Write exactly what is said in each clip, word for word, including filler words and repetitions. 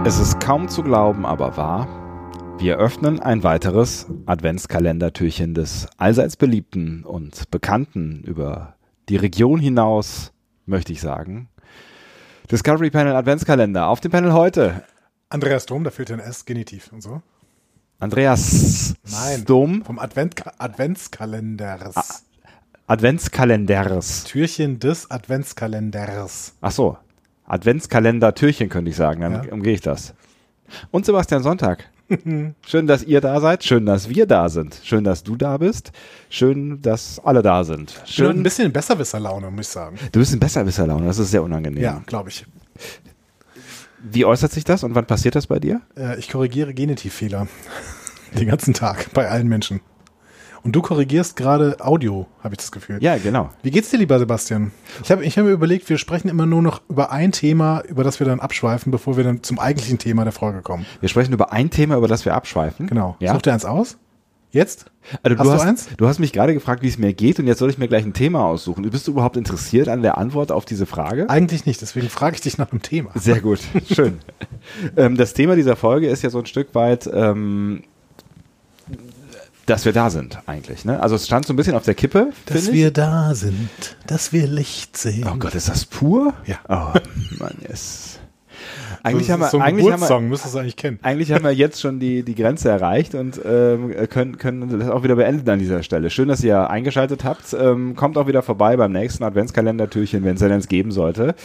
Es ist kaum zu glauben, aber wahr. Wir öffnen ein weiteres Adventskalendertürchen des allseits beliebten und bekannten, über die Region hinaus, möchte ich sagen, Discovery Panel Adventskalender. Auf dem Panel heute Andreas Dom, da fehlt ein S, Genitiv und so. Andreas Nein, Dom. vom Advent Adventskalenders. A- Adventskalenders. Türchen des Adventskalenders. Ach so, Adventskalender-Türchen könnte ich sagen, dann Ja. umgehe ich das. Und Sebastian Sonntag. Schön, dass ihr da seid. Schön, dass wir da sind. Schön, dass du da bist. Schön, dass alle da sind. Schön. Schön. Ein bisschen in Besserwisserlaune, muss ich sagen. Du bist ein Besserwisserlaune, das ist sehr unangenehm. Ja, glaube ich. Wie äußert sich das und wann passiert das bei dir? Äh, ich korrigiere Genitivfehler. Den ganzen Tag, bei allen Menschen. Und du korrigierst gerade Audio, habe ich das Gefühl. Ja, genau. Wie geht's dir, lieber Sebastian? Ich habe ich hab mir überlegt, wir sprechen immer nur noch über ein Thema, über das wir dann abschweifen, bevor wir dann zum eigentlichen Thema der Folge kommen. Wir sprechen über ein Thema, über das wir abschweifen. Genau. Ja? Such dir eins aus. Jetzt? Also, Hast du, du hast, eins? du hast mich gerade gefragt, wie es mir geht, und jetzt soll ich mir gleich ein Thema aussuchen. Bist du überhaupt interessiert an der Antwort auf diese Frage? Eigentlich nicht, deswegen frage ich dich nach einem Thema. Sehr gut, schön. ähm, das Thema dieser Folge ist ja so ein Stück weit, ähm, dass wir da sind eigentlich. Ne? Also es stand so ein bisschen auf der Kippe, Dass finde wir ich. da sind, dass wir Licht sehen. Oh Gott, ist das pur? Ja. Oh Mann, yes. Eigentlich so, haben wir, so ein eigentlich haben wir, Geburtssong, müsstest du eigentlich kennen. eigentlich haben wir jetzt schon die, die Grenze erreicht und ähm, können, können das auch wieder beenden an dieser Stelle. Schön, dass ihr eingeschaltet habt. Ähm, kommt auch wieder vorbei beim nächsten Adventskalendertürchen, wenn es denn eins geben sollte.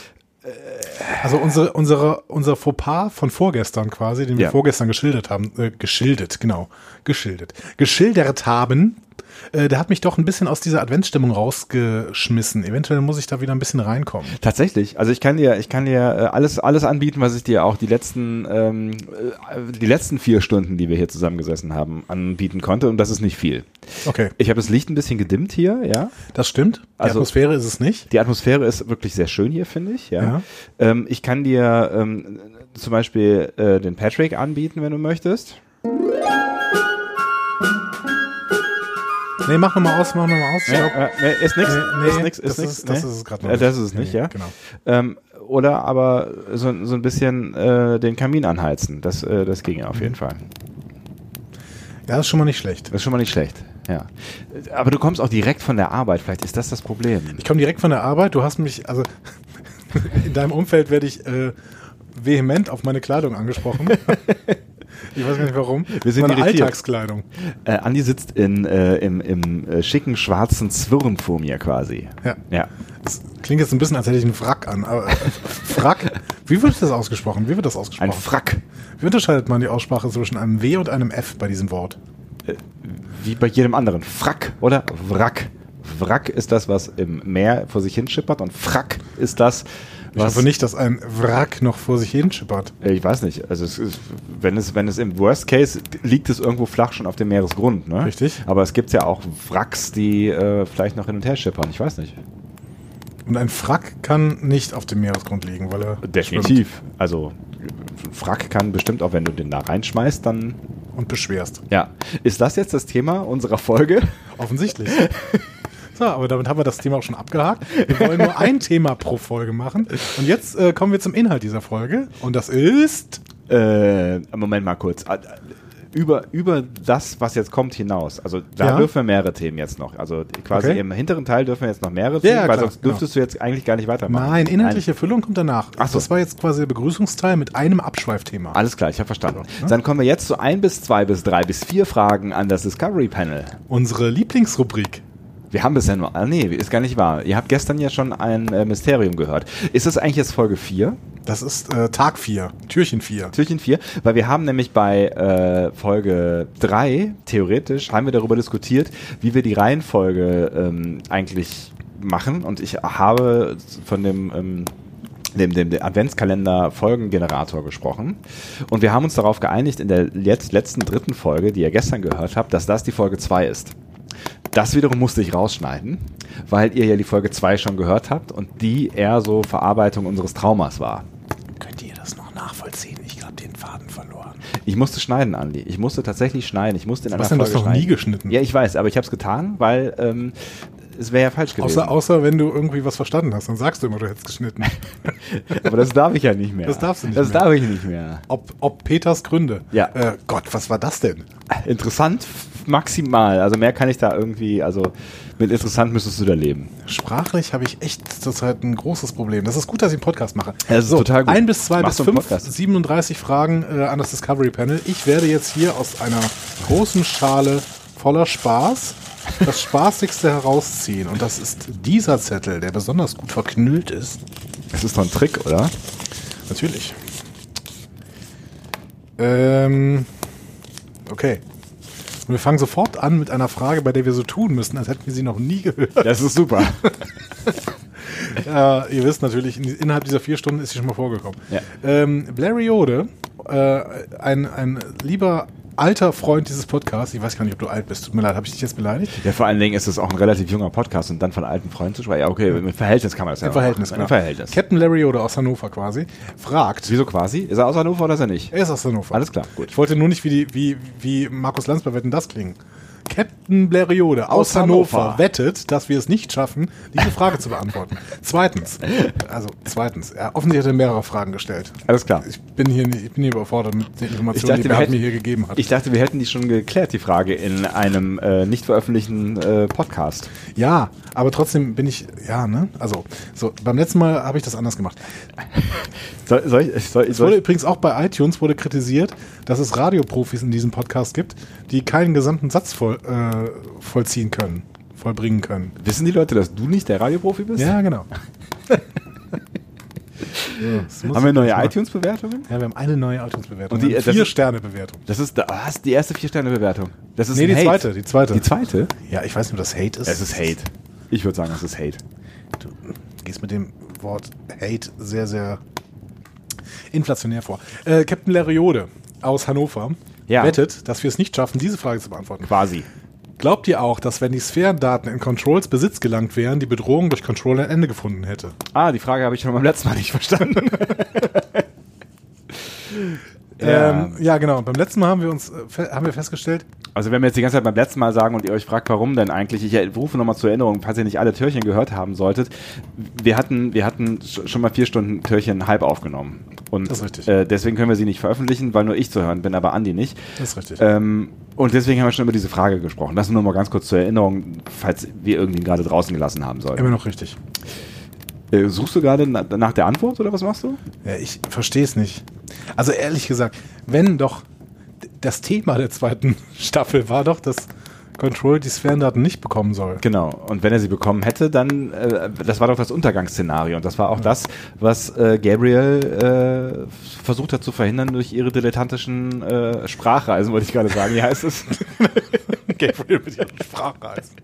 Also unsere, unsere, unser Fauxpas von vorgestern quasi, den wir Ja. vorgestern geschildert haben, äh, geschildert, genau, geschildert, geschildert haben, äh, der hat mich doch ein bisschen aus dieser Adventsstimmung rausgeschmissen. Eventuell muss ich da wieder ein bisschen reinkommen. Tatsächlich. Also ich kann dir, ich kann dir äh, alles, alles anbieten, was ich dir auch die letzten, ähm, äh, die letzten vier Stunden, die wir hier zusammengesessen haben, anbieten konnte. Und das ist nicht viel. Okay, Ich habe das Licht ein bisschen gedimmt hier, ja. das stimmt. Die Also- Atmosphäre ist es nicht. Die Atmosphäre ist wirklich sehr schön hier, finde ich. Ja. Ja. Ähm, ich kann dir ähm, zum Beispiel äh, den Patrick anbieten, wenn du möchtest. Nee, mach nochmal aus, mach nochmal aus. Ich glaub- äh, nee, ist nix. Nee, ist nix. das Ist nix. ist- das nee. ist es grad noch Äh, Das nicht. ist es nicht, Nee, ja. genau. Ähm, oder aber so, so ein bisschen äh, den Kamin anheizen. Das, äh, das ging auf jeden Fall. Ja, das ist schon mal nicht schlecht. Das ist schon mal nicht schlecht. Ja. Aber du kommst auch direkt von der Arbeit. Vielleicht ist das das Problem. Ich komme direkt von der Arbeit. Du hast mich, also in deinem Umfeld werde ich äh, vehement auf meine Kleidung angesprochen. Ich weiß gar nicht warum. Wir sind meine irritiert. Alltagskleidung. Äh, Andi sitzt in, äh, im, im äh, schicken schwarzen Zwirn vor mir quasi. Ja. Ja. Das klingt jetzt ein bisschen, als hätte ich einen Wrack an. Aber, äh, Wrack? Wie wird das ausgesprochen? Wie wird das Ein ausgesprochen? Frack. Wie unterscheidet man die Aussprache zwischen einem W und einem F bei diesem Wort? Wie bei jedem anderen. Frack oder Wrack. Wrack ist das, was im Meer vor sich hin schippert, und Frack ist das, Ich was... hoffe nicht, dass ein Wrack noch vor sich hin schippert. Äh, Ich weiß nicht. Also es ist, wenn es, wenn es im Worst Case liegt es irgendwo flach schon auf dem Meeresgrund, ne? Richtig. Aber es gibt ja auch Wracks, die äh, vielleicht noch hin und her schippern. Ich weiß nicht. Und ein Frack kann nicht auf dem Meeresgrund liegen, weil er schwimmt Definitiv. Also ein Frack kann bestimmt auch, wenn du den da reinschmeißt, dann... und beschwerst. Ja. Ist das jetzt das Thema unserer Folge? Offensichtlich. So, aber damit haben wir das Thema auch schon abgehakt. Wir wollen nur ein Thema pro Folge machen. Und jetzt äh, kommen wir zum Inhalt dieser Folge. Und das ist... Äh, Moment mal kurz. Äh, Über, über das, was jetzt kommt, hinaus. Also da Ja. dürfen wir mehrere Themen jetzt noch. Also quasi Okay. im hinteren Teil dürfen wir jetzt noch mehrere Themen, Ja, weil klar, sonst dürftest du jetzt eigentlich gar nicht weitermachen. Nein, inhaltliche Füllung kommt danach. Ach so. Das war jetzt quasi der Begrüßungsteil mit einem Abschweifthema. Alles klar, ich habe verstanden. Ja. Dann kommen wir jetzt zu ein bis zwei bis drei bis vier Fragen an das Discovery Panel. Unsere Lieblingsrubrik. Wir haben bisher nur, ah, nee, ist gar nicht wahr. Ihr habt gestern ja schon ein äh, Mysterium gehört. Ist das eigentlich jetzt Folge vier? Das ist äh, Tag vier, Türchen vier. Türchen vier? Weil wir haben nämlich bei äh, Folge drei, theoretisch, haben wir darüber diskutiert, wie wir die Reihenfolge ähm, eigentlich machen. Und ich habe von dem... Ähm, dem, dem, dem Adventskalender-Folgengenerator gesprochen. Und wir haben uns darauf geeinigt in der jetzt, letzten dritten Folge, die ihr gestern gehört habt, dass das die Folge zwei ist. Das wiederum musste ich rausschneiden, weil ihr ja die Folge zwei schon gehört habt und die eher so Verarbeitung unseres Traumas war. Könnt ihr das noch nachvollziehen? Ich habe den Faden verloren. Ich musste schneiden, Andi. Ich musste tatsächlich schneiden. Ich musste in einer Was denn, Folge das noch schneiden. nie geschnitten? Ja, ich weiß, aber ich habe es getan, weil ähm, es wäre ja falsch gewesen. Außer, außer wenn du irgendwie was verstanden hast, dann sagst du immer, du hättest geschnitten. Aber das darf ich ja nicht mehr. Das darfst du nicht das mehr. Das darf ich nicht mehr. Ob, ob Peters Gründe. Ja. Äh, Gott, was war das denn? Interessant maximal. Also mehr kann ich da irgendwie, also mit interessant müsstest du da leben. Sprachlich habe ich echt zurzeit ein großes Problem. Das ist gut, dass ich einen Podcast mache. Ja, das ist total gut. Ein bis zwei Machst bis du einen fünf, Podcast? siebenunddreißig Fragen äh, an das Discovery Panel. Ich werde jetzt hier aus einer großen Schale voller Spaß das Spaßigste herausziehen. Und das ist dieser Zettel, der besonders gut verknüllt ist. Das ist doch ein Trick, oder? Natürlich. Ähm, okay. Und wir fangen sofort an mit einer Frage, bei der wir so tun müssen, als hätten wir sie noch nie gehört. Das ist super. Ja, ihr wisst natürlich, in, innerhalb dieser vier Stunden ist sie schon mal vorgekommen. Ja. Ähm, Blariode, äh, ein, ein lieber alter Freund dieses Podcasts, ich weiß gar nicht, ob du alt bist, tut mir leid, habe ich dich jetzt beleidigt? Ja, vor allen Dingen ist es auch ein relativ junger Podcast und dann von alten Freunden zu sprechen. Ja, okay, im Verhältnis kann man das ja Im Verhältnis, machen. genau. Im Verhältnis. Captain Blariode aus Hannover quasi, fragt, Wieso quasi? Ist er aus Hannover oder ist er nicht? er ist aus Hannover. Alles klar, gut. Ich wollte nur nicht wie, die, wie, wie Markus Lanz bei Wetten, das klingen. Captain Blariode aus, Aus Hannover, Hannover wettet, dass wir es nicht schaffen, diese Frage zu beantworten. Zweitens, also zweitens, er offensichtlich hat er mehrere Fragen gestellt. Alles klar. Ich bin hier, nicht- ich bin hier überfordert mit den Ich Informationen, dachte, die wir Bert hätten- mir hier gegeben hat. Ich dachte, wir hätten die schon geklärt, die Frage, in einem äh, nicht veröffentlichten äh, Podcast. Ja, aber trotzdem bin ich, ja, ne? Also, so, beim letzten Mal habe ich das anders gemacht. Soll, soll ich, soll, Es soll wurde ich, übrigens auch bei iTunes wurde kritisiert, dass es Radioprofis in diesem Podcast gibt, die keinen gesamten Satz voll, äh, vollziehen können, vollbringen können. wissen die Leute, dass du nicht der Radioprofi bist? Ja, genau. So, das muss Haben wir ich neue jetzt mal- iTunes-Bewertungen? Ja, wir haben eine neue iTunes-Bewertung. Und die- Eine das ist- Vier-Sterne-Bewertung. Das ist, da- was, die erste Vier-Sterne-Bewertung. Das ist Nee, ein die Hate. zweite, die zweite. Die zweite? Ja, ich weiß nicht, ob das Hate ist. Es ist Hate. Ich würde sagen, es ist Hate. Du gehst mit dem Wort Hate sehr, sehr inflationär vor. Äh, Captain Lariode aus Hannover Ja. wettet, dass wir es nicht schaffen, diese Frage zu beantworten. Quasi. Glaubt ihr auch, dass wenn die Sphärendaten in Controls Besitz gelangt wären, die Bedrohung durch Control ein Ende gefunden hätte? Ah, die Frage habe ich schon beim letzten Mal nicht verstanden. Ja. Ähm, ja, genau. Beim letzten Mal haben wir uns äh, fe- haben wir festgestellt, Also wenn wir jetzt die ganze Zeit beim letzten Mal sagen und ihr euch fragt, warum denn eigentlich, ich rufe nochmal zur Erinnerung, falls ihr nicht alle Türchen gehört haben solltet, wir hatten, wir hatten sch- schon mal vier Stunden Türchen halb aufgenommen. Und Das ist richtig. Äh, deswegen können wir sie nicht veröffentlichen, weil nur ich zu hören bin, aber Andi nicht. das ist richtig. Ähm, und deswegen haben wir schon über diese Frage gesprochen. Das nur mal ganz kurz zur Erinnerung, falls wir irgendwen gerade draußen gelassen haben sollten. Immer noch richtig. Äh, suchst du gerade na, nach der Antwort oder was machst du? Ja, ich verstehe es nicht. Also ehrlich gesagt, wenn doch d- das Thema der zweiten Staffel war doch, dass Control die Sphärendaten nicht bekommen soll. Genau. Und wenn er sie bekommen hätte, dann, äh, das war doch das Untergangsszenario. Und das war auch das, was äh, Gabriel äh, versucht hat zu verhindern durch ihre dilettantischen äh, Sprachreisen, wollte ich gerade sagen. Wie heißt es? Gabriel mit ihren Sprachreisen.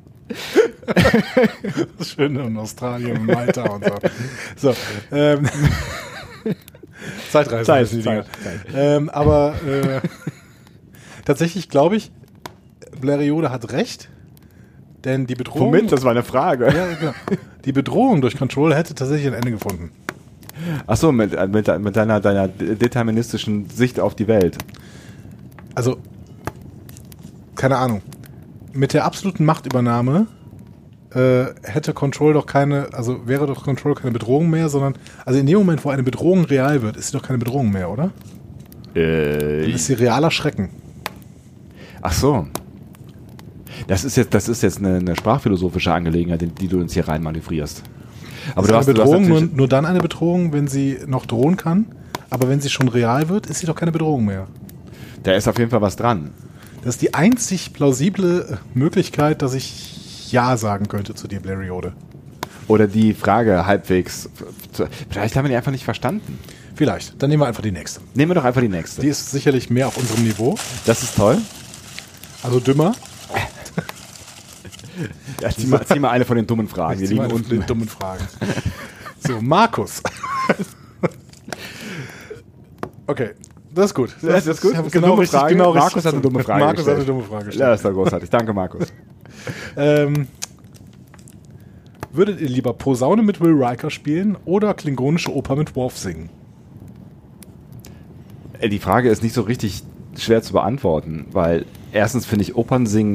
Das Schöne in Australien und Malta und so. So, ähm, Zeitreisen. Zeit, heißen die Dinger. Zeit, Zeit. Ähm, aber äh, tatsächlich glaube ich, Blariode hat recht, denn die Bedrohung... Womit? Das war eine Frage. Ja, genau. Die Bedrohung durch Control hätte tatsächlich ein Ende gefunden. Ach so, mit, mit, mit deiner, deiner deterministischen Sicht auf die Welt. Also, keine Ahnung. Mit der absoluten Machtübernahme äh, hätte Control doch keine, also wäre doch Control keine Bedrohung mehr, sondern, also in dem Moment, wo eine Bedrohung real wird, ist sie doch keine Bedrohung mehr, oder? Äh, Dann ist sie realer Schrecken. Ach so. Das ist jetzt, das ist jetzt eine, eine sprachphilosophische Angelegenheit, in die du uns hier rein manövrierst. Aber ist du eine hast, du hast Bedrohung nur, natürlich, nur dann eine Bedrohung, wenn sie noch drohen kann, aber wenn sie schon real wird, ist sie doch keine Bedrohung mehr. da ist auf jeden Fall was dran. Das ist die einzig plausible Möglichkeit, dass ich Ja sagen könnte zu dir, Blariode. Oder die Frage halbwegs. Vielleicht haben wir die einfach nicht verstanden. Vielleicht. Dann nehmen wir einfach die nächste. Nehmen wir doch einfach die nächste. Die ist sicherlich mehr auf unserem Niveau. Das ist toll. Also dümmer. Ja, zieh, mal, zieh mal eine von den dummen Fragen. Die Ich zieh mal liegen eine von den unten. dummen Fragen. So, Markus. Okay, das ist gut. Das ist gut. Ich hab Das ist eine genau dumme richtig, Frage. genau Markus richtig. hat eine dumme Frage Markus hat eine gestellt. dumme Frage Ja, gestellt. das ist doch großartig. Danke, Markus. Ähm, würdet ihr lieber Posaune mit Will Riker spielen oder klingonische Oper mit Worf singen? Äh, Die Frage ist nicht so richtig schwer zu beantworten, weil erstens finde ich Opernsingen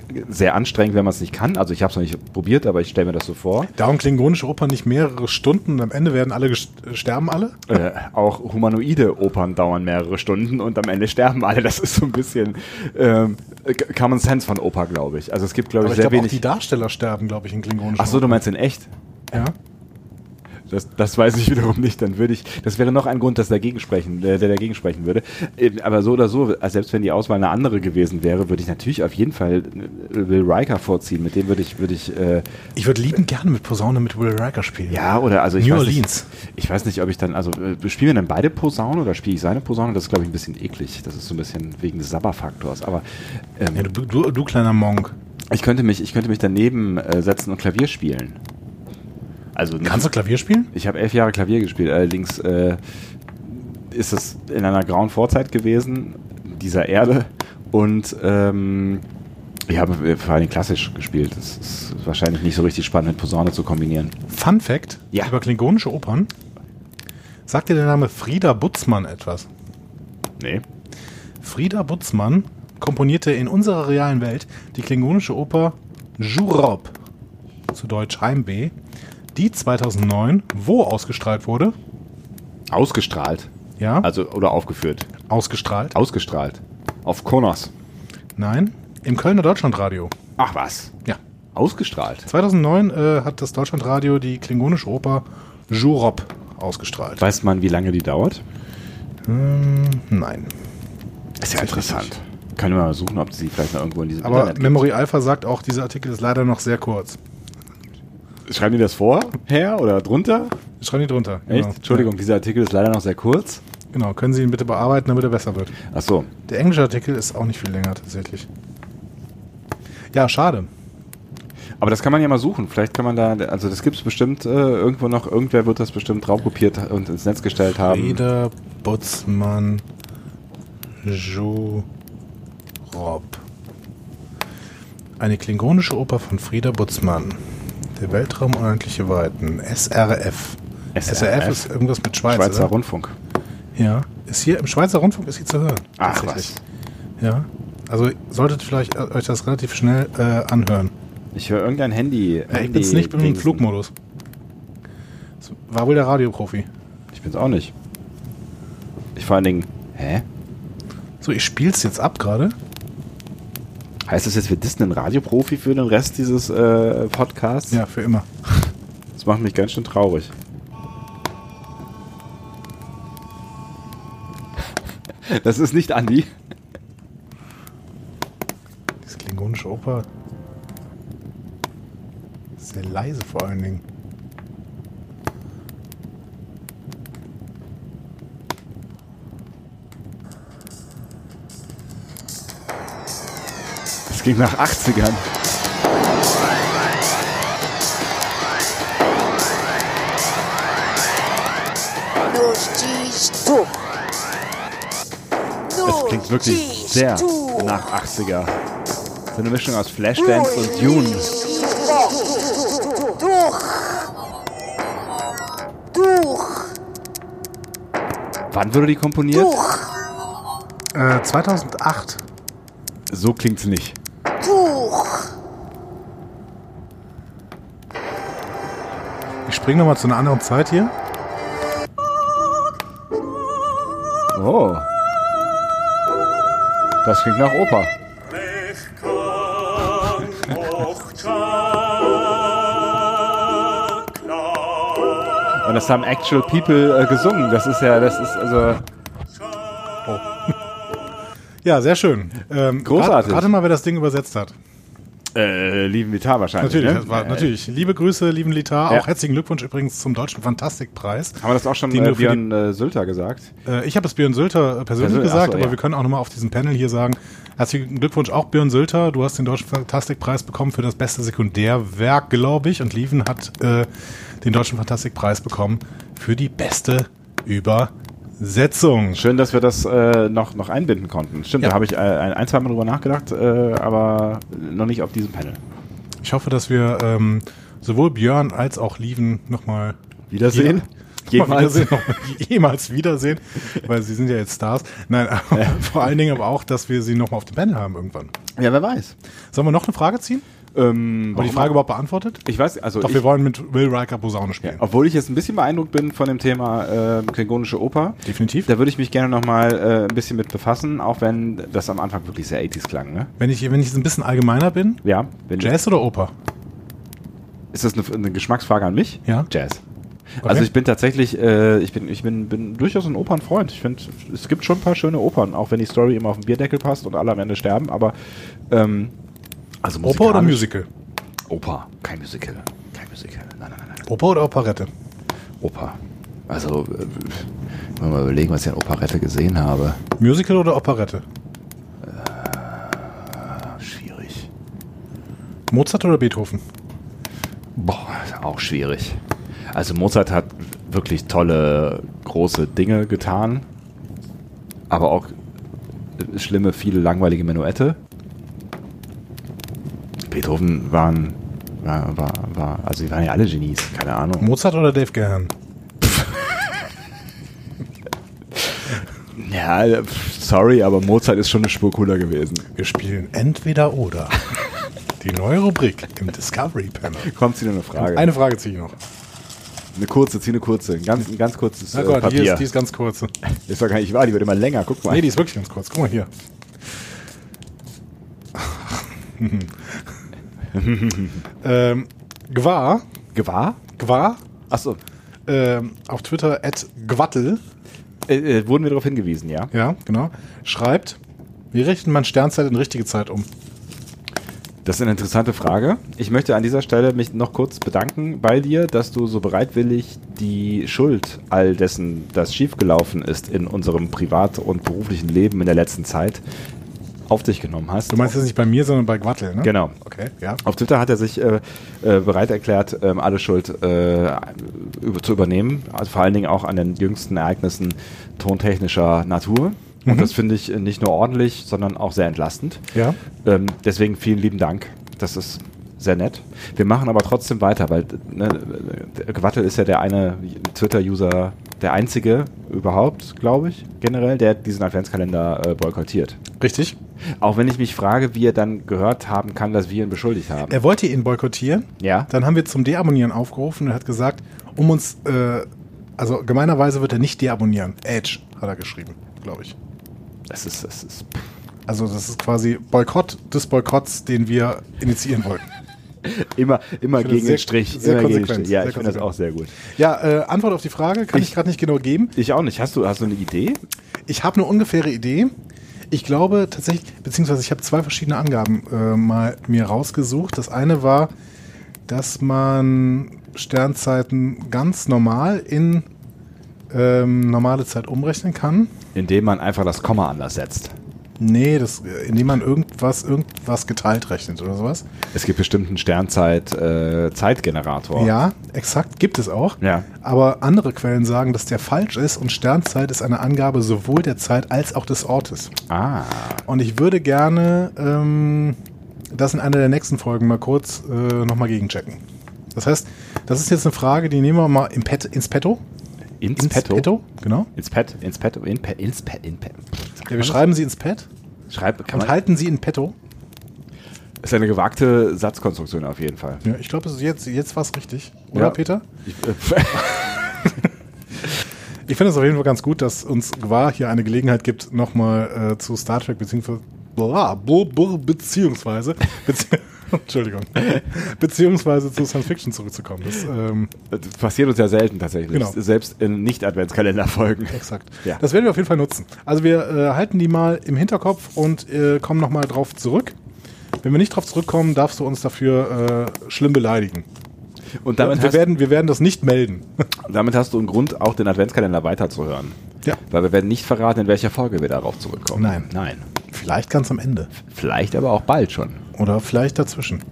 sehr anstrengend, wenn man es nicht kann. Also ich habe es noch nicht probiert, aber ich stelle mir das so vor. Dauern klingonische Opern nicht mehrere Stunden und am Ende werden alle gest- sterben alle? Äh, auch humanoide Opern dauern mehrere Stunden und am Ende sterben alle. Das ist so ein bisschen ähm, Common Sense von Oper, glaube ich. Also es gibt, glaube ich, Aber ich sehr glaube auch wenig... die Darsteller sterben, glaube ich, in klingonischen Ach so, du meinst in echt? Ja. Das, das weiß ich wiederum nicht. Dann würde ich, das wäre noch ein Grund, dass dagegen sprechen, der, der dagegen sprechen würde. Aber so oder so, selbst wenn die Auswahl eine andere gewesen wäre, würde ich natürlich auf jeden Fall Will Riker vorziehen. Mit dem würde ich, würde ich. Äh, ich würde liebend gerne mit Posaune mit Will Riker spielen. Ja, oder also ich New weiß Orleans. Nicht, ich weiß nicht, ob ich dann, also äh, spielen wir dann beide Posaunen oder spiele ich seine Posaune? Das ist, glaube ich, ein bisschen eklig. Das ist so ein bisschen wegen des Sabberfaktors. Aber ähm, ja, du, du, du kleiner Monk. Ich könnte mich, ich könnte mich daneben äh, setzen und Klavier spielen. Also kannst du Klavier spielen? Ich habe elf Jahre Klavier gespielt, allerdings äh, ist es in einer grauen Vorzeit gewesen, dieser Erde, und ähm, ich habe vor allem klassisch gespielt. Das ist wahrscheinlich nicht so richtig spannend mit Posaune zu kombinieren. Fun Fact ja. über klingonische Opern. Sagt dir der Name Frida Butzmann etwas? Nee. Frida Butzmann komponierte in unserer realen Welt die klingonische Oper Jurob, zu Deutsch Heimweh, die zweitausendneun wo ausgestrahlt wurde? Ausgestrahlt? Ja. Also, oder aufgeführt? Ausgestrahlt. Ausgestrahlt. Auf Kronos? Nein, im Kölner Deutschlandradio. Ach was? Ja. Ausgestrahlt? zweitausendneun äh, hat das Deutschlandradio die klingonische Oper Jurob ausgestrahlt. Weiß man, wie lange die dauert? Hm, nein. Ist ja interessant. Können wir mal suchen, ob sie vielleicht noch irgendwo in diesem Aber Internet gibt. Memory Alpha sagt auch, dieser Artikel ist leider noch sehr kurz. Schreiben die das vor, her oder drunter? Schreiben die drunter. Echt? Genau. Entschuldigung, Ja. dieser Artikel ist leider noch sehr kurz. Genau, können Sie ihn bitte bearbeiten, damit er besser wird. Ach so. Der englische Artikel ist auch nicht viel länger tatsächlich. Ja, schade. Aber das kann man ja mal suchen. Vielleicht kann man da, also das gibt es bestimmt äh, irgendwo noch, irgendwer wird das bestimmt drauf kopiert und ins Netz gestellt haben. Frieda Butzmann Jurob. Eine klingonische Oper von Frieda Butzmann. Der Weltraum unendliche Weiten. S R F. S R F, S R F ist irgendwas mit Schweiz, Schweizer oder? Rundfunk. Ja. Ist hier im Schweizer Rundfunk ist sie zu hören. Ach Tatsächlich. was. Ja. Also solltet vielleicht äh, euch das relativ schnell äh, anhören. Ich höre irgendein Handy. Ja, ich Handy bin's nicht, bin im Dingsen. Flugmodus. Das war wohl der Radioprofi. Ich bin's auch nicht. Ich vor allen Dingen, hä? So, ich spiel's jetzt ab gerade. Heißt das jetzt, wir dissen einen Radioprofi für den Rest dieses äh, Podcasts? Ja, für immer. Das macht mich ganz schön traurig. Das ist nicht Andi. Diese klingonische Oper. Sehr leise vor allen Dingen. Das ging nach achtzigern. Das klingt wirklich sehr nach achtziger. So eine Mischung aus Flashdance und Dune. Durch! Durch! Wann wurde die komponiert? Durch! Äh, zweitausendacht. So klingt's nicht. Durch! Ich springe nochmal zu einer anderen Zeit hier. Oh. Das klingt nach Oper. Und das haben actual people äh, gesungen. Das ist ja, das ist also... Ja, sehr schön. Ähm, Großartig. Rat, rate mal, wer das Ding übersetzt hat. Äh, lieben Vitar wahrscheinlich. Natürlich, ne? das war, äh, natürlich. Liebe Grüße, lieben Litar. Ja. Auch herzlichen Glückwunsch übrigens zum Deutschen Fantastikpreis. Haben wir das auch schon Den äh, du für Björn äh, Sülter gesagt? Äh, ich habe es Björn Sülter äh, persönlich Persön- gesagt, Achso, aber ja. wir können auch nochmal auf diesem Panel hier sagen, herzlichen Glückwunsch auch Björn Sülter. Du hast den Deutschen Fantastikpreis bekommen für das beste Sekundärwerk, glaube ich. Und Lieven hat äh, den Deutschen Fantastikpreis bekommen für die beste Übersetzung. Schön, dass wir das äh, noch, noch einbinden konnten. Stimmt, Ja. da habe ich äh, ein, ein, zwei Mal drüber nachgedacht, äh, aber noch nicht auf diesem Panel. Ich hoffe, dass wir ähm, sowohl Björn als auch Lieven nochmal Wiedersehen? Jemals. Wiedersehen, noch jemals wiedersehen, weil sie sind ja jetzt Stars. Nein, aber vor allen Dingen aber auch, dass wir sie nochmal auf dem Panel haben irgendwann. Ja, wer weiß. Sollen wir noch eine Frage ziehen? Ähm, War die Frage überhaupt beantwortet? Ich weiß, also Doch, ich, wir wollen mit Will Riker Posaune spielen. ja, obwohl ich jetzt ein bisschen beeindruckt bin von dem Thema äh, klingonische Oper. Definitiv. Da würde ich mich gerne nochmal äh, ein bisschen mit befassen, auch wenn das am Anfang wirklich sehr achtziger klang, ne? Wenn ich, wenn ich jetzt ein bisschen allgemeiner bin, Ja. Wenn Jazz oder Oper? Ist das eine, eine Geschmacksfrage an mich? Ja. Jazz. Okay. Also ich bin tatsächlich, äh, ich bin, ich bin, bin durchaus ein Opernfreund. Ich finde, es gibt schon ein paar schöne Opern, auch wenn die Story immer auf dem Bierdeckel passt und alle am Ende sterben, aber ähm, also Oper oder musikalisch- Musical? Oper, kein Musical. Kein Musical. Nein, nein, nein, nein. Oper oder Operette? Oper. Also, äh, mal überlegen, was ich an Operette gesehen habe. Musical oder Operette? Äh, schwierig. Mozart oder Beethoven? Boah, auch schwierig. Also Mozart hat wirklich tolle, große Dinge getan, aber auch schlimme, viele langweilige Menuette. Beethoven waren, war, war, war, also die waren ja alle Genies, keine Ahnung. Mozart oder Dave Gahan? Ja, pf, sorry, aber Mozart ist schon eine Spur cooler gewesen. Wir spielen entweder oder. Die neue Rubrik im Discovery Panel. Kommt sie nur eine Frage. Eine Frage ziehe ich noch. Eine kurze, zieh eine kurze, ein ganz, ein ganz kurzes Na äh, Gott, die Papier. ist, die ist ganz kurz. ist doch gar nicht wahr, die wird immer länger, guck mal. Nee, die ist wirklich ganz kurz. Guck mal hier. ähm, Gwar, Gewahr? Gwar, Achso, ähm, auf Twitter at Gwattel, äh, äh, wurden wir darauf hingewiesen, ja? ja, genau, schreibt, wie rechnet man Sternzeit in richtige Zeit um? Das ist eine interessante Frage. Ich möchte an dieser Stelle mich noch kurz bedanken bei dir, dass du so bereitwillig die Schuld all dessen, das schiefgelaufen ist in unserem privat- und beruflichen Leben in der letzten Zeit, auf dich genommen hast. Du meinst jetzt nicht bei mir, sondern bei Gwattel, ne? Genau. Okay, ja. Auf Twitter hat er sich äh, äh, bereit erklärt, ähm, alle Schuld äh, über, zu übernehmen, also vor allen Dingen auch an den jüngsten Ereignissen tontechnischer Natur. Und Mhm. das finde ich nicht nur ordentlich, sondern auch sehr entlastend. Ja. Ähm, deswegen vielen lieben Dank. Das ist sehr nett. Wir machen aber trotzdem weiter, weil ne, Gwattel ist ja der eine Twitter-User, der einzige überhaupt, glaube ich, generell, der diesen Adventskalender äh, boykottiert. Richtig. Auch wenn ich mich frage, wie er dann gehört haben kann, dass wir ihn beschuldigt haben. Er wollte ihn boykottieren. Ja. Dann haben wir zum Deabonnieren aufgerufen und er hat gesagt, um uns, äh, also gemeinerweise wird er nicht deabonnieren. Edge hat er geschrieben, glaube ich. Das ist, das ist. Also das ist quasi Boykott des Boykotts, den wir initiieren wollten. Immer, immer Ich finde gegen das sehr- den Strich. sehr immer gegen den konsequent, Strich. Ja, sehr ich finde das konsequent. auch sehr gut. Ja, äh, Antwort auf die Frage kann ich, Ich- gerade nicht genau geben. Ich auch nicht. Hast du, hast du eine Idee? Ich habe eine ungefähre Idee. Ich glaube tatsächlich, beziehungsweise ich habe zwei verschiedene Angaben äh, mal mir rausgesucht. Das eine war, dass man Sternzeiten ganz normal in ähm, normale Zeit umrechnen kann. Indem man einfach das Komma anders setzt. Nee, das, äh, indem man irgendwas, irgendwas geteilt rechnet oder sowas. Es gibt bestimmt einen Sternzeit-Zeitgenerator. Ja, exakt, gibt es auch. Ja. Aber andere Quellen sagen, dass der falsch ist und Sternzeit ist eine Angabe sowohl der Zeit als auch des Ortes. Ah. Und ich würde gerne ähm, das in einer der nächsten Folgen mal kurz äh, nochmal gegenchecken. Das heißt, das ist jetzt eine Frage, die nehmen wir mal im Pet, ins Petto. Ins, Petto? Genau. Ins Pet, ins Petto, in Pet, ins Pet, in Pet. Ja, wir schreiben sie ins Pet Schreib, kann und man, halten sie in Petto. ist eine gewagte Satzkonstruktion auf jeden Fall. Ja, ich glaube, jetzt, jetzt war es richtig. Oder, Ja. Peter? Ich, äh, Ich finde es auf jeden Fall ganz gut, dass uns Gwar hier eine Gelegenheit gibt, nochmal äh, zu Star Trek beziehungsweise bla, bl, bl, beziehungsweise bezieh Entschuldigung beziehungsweise zu Science Fiction zurückzukommen. Das, ähm, das passiert uns ja selten tatsächlich. Genau. Selbst in Nicht-Adventskalender-Folgen. exakt. Ja. Das werden wir auf jeden Fall nutzen. Also wir äh, halten die mal im Hinterkopf und äh, kommen nochmal drauf zurück. Wenn wir nicht drauf zurückkommen, darfst du uns dafür äh, schlimm beleidigen. Und damit, wir, hast, werden, wir werden das nicht melden. damit hast du einen Grund, auch den Adventskalender weiterzuhören. Ja. Weil wir werden nicht verraten, in welcher Folge wir darauf zurückkommen. Nein. Nein. Vielleicht ganz am Ende. Vielleicht aber auch bald schon. Oder vielleicht dazwischen.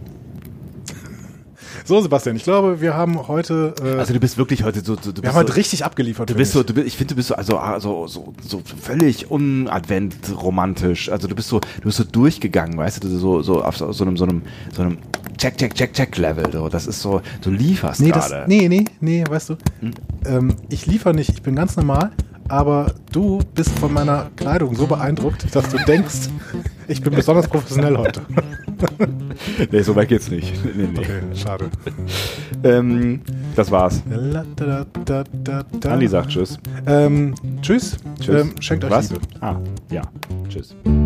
So, Sebastian, ich glaube, wir haben heute. Äh, Also du bist wirklich heute so... so du wir bist haben heute so, richtig abgeliefert. Du finde bist so, ich. du bist, ich finde, du bist so, also, also so, so völlig unadventromantisch. Also du bist so, du bist so durchgegangen, weißt du, so, so auf so, so einem, so einem, so einem check, check, check, check Level. So. Das ist so, du lieferst Nee, das, gerade. nee, nee, nee, weißt du, Hm? ähm, ich liefere nicht, ich bin ganz normal, aber du bist von meiner Kleidung so beeindruckt, dass du denkst, ich bin besonders professionell heute. Nee, so weit geht's nicht. Nee, nee. Okay, schade. Ähm, das war's. La, da, da, da, da. Andi sagt Tschüss. Ähm, tschüss. Tschüss. Ähm, schenkt euch Was? Liebe. Ah, ja. Tschüss.